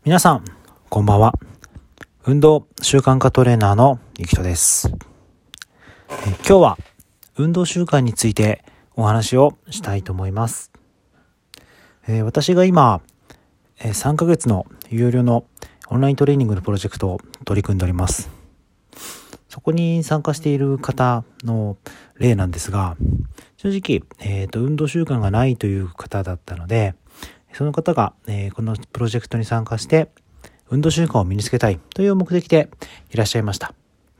皆さん、こんばんは。運動習慣化トレーナーのゆきとです。今日は運動習慣についてお話をしたいと思います。私が今、3ヶ月の有料のオンライントレーニングのプロジェクトを取り組んでおります。そこに参加している方の例なんですが、正直、運動習慣がないという方だったので、その方が、このプロジェクトに参加して運動習慣を身につけたいという目的でいらっしゃいました。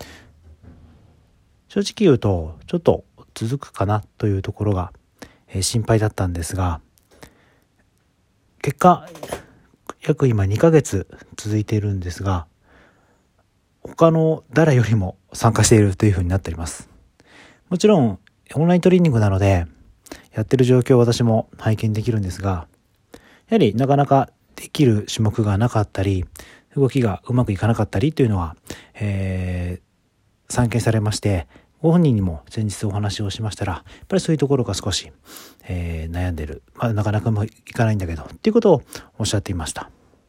正直言うとちょっと続くかなというところが、心配だったんですが、結果約今2ヶ月続いているんですが、他の誰よりも参加しているというふうになっております。もちろんオンライントレーニングなのでやってる状況を私も拝見できるんですが、やはりなかなかできる種目がなかったり、動きがうまくいかなかったりというのは、散見されまして、ご本人にも先日お話をしましたら、やっぱりそういうところが少し、悩んでる、なかなかうまくいかないんだけどっていうことをおっしゃっていました。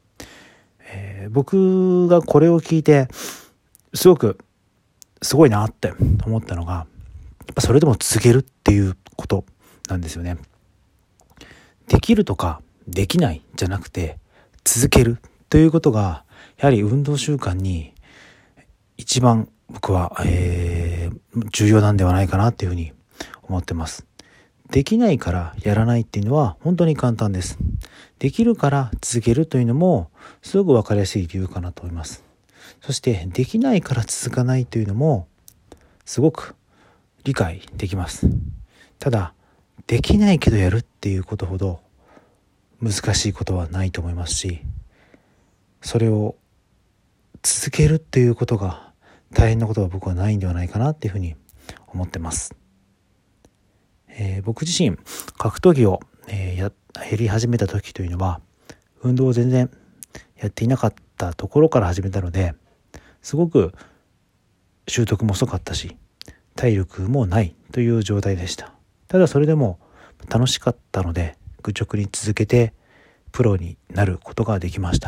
僕がこれを聞いてすごいなって思ったのが、やっぱそれでも続けるっていうことなんですよね。できるとかできないじゃなくて続けるということがやはり運動習慣に一番僕は、重要なんではないかなっていうふうに思ってます。できないからやらないっていうのは本当に簡単です。できるから続けるというのもすごく分かりやすい理由かなと思います。そしてできないから続かないというのもすごく理解できます。ただできないけどやるっていうことほど難しいことはないと思いますし、それを続けるっていうことが大変なことは僕はないんではないかなっていうふうに思ってます。僕自身格闘技を、やり始めた時というのは運動を全然やっていなかったところから始めたので、すごく習得も遅かったし体力もないという状態でした。ただそれでも楽しかったので愚直に続けてプロになることができました。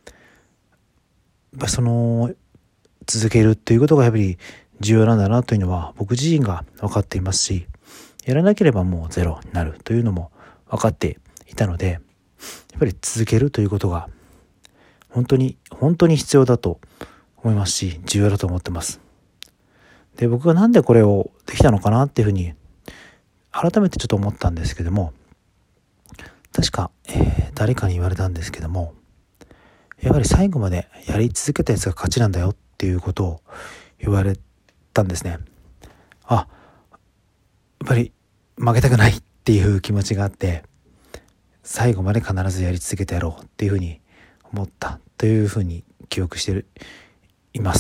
その続けるということがやっぱり重要なんだなというのは僕自身が分かっていますし、やらなければもうゼロになるというのも分かっていたので、やっぱり続けるということが本当に必要だと思いますし、重要だと思ってます。で、僕がなんでこれをできたのかなっていうふうに改めてちょっと思ったんですけども、確か、誰かに言われたんですけども、やはり最後までやり続けたやつが勝ちなんだよっていうことを言われたんですね。やっぱり負けたくないっていう気持ちがあって、最後まで必ずやり続けてやろうっていうふうに思ったというふうに記憶しています。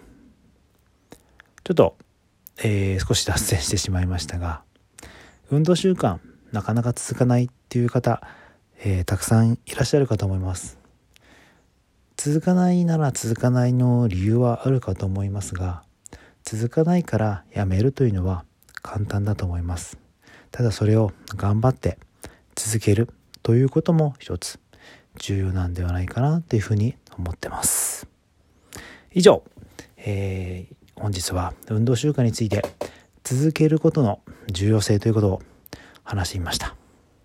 ちょっと、少し脱線してしまいましたが、運動習慣なかなか続かないっていう方、たくさんいらっしゃるかと思います。続かないなら続かないの理由はあるかと思いますが、続かないからやめるというのは簡単だと思います。ただそれを頑張って続けるということも一つ重要なんではないかなというふうに思ってます。以上、本日は運動習慣について続けることの重要性ということを話してみました。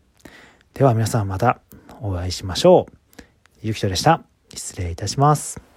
では皆さんまたお会いしましょう。ゆきとでした。失礼いたします。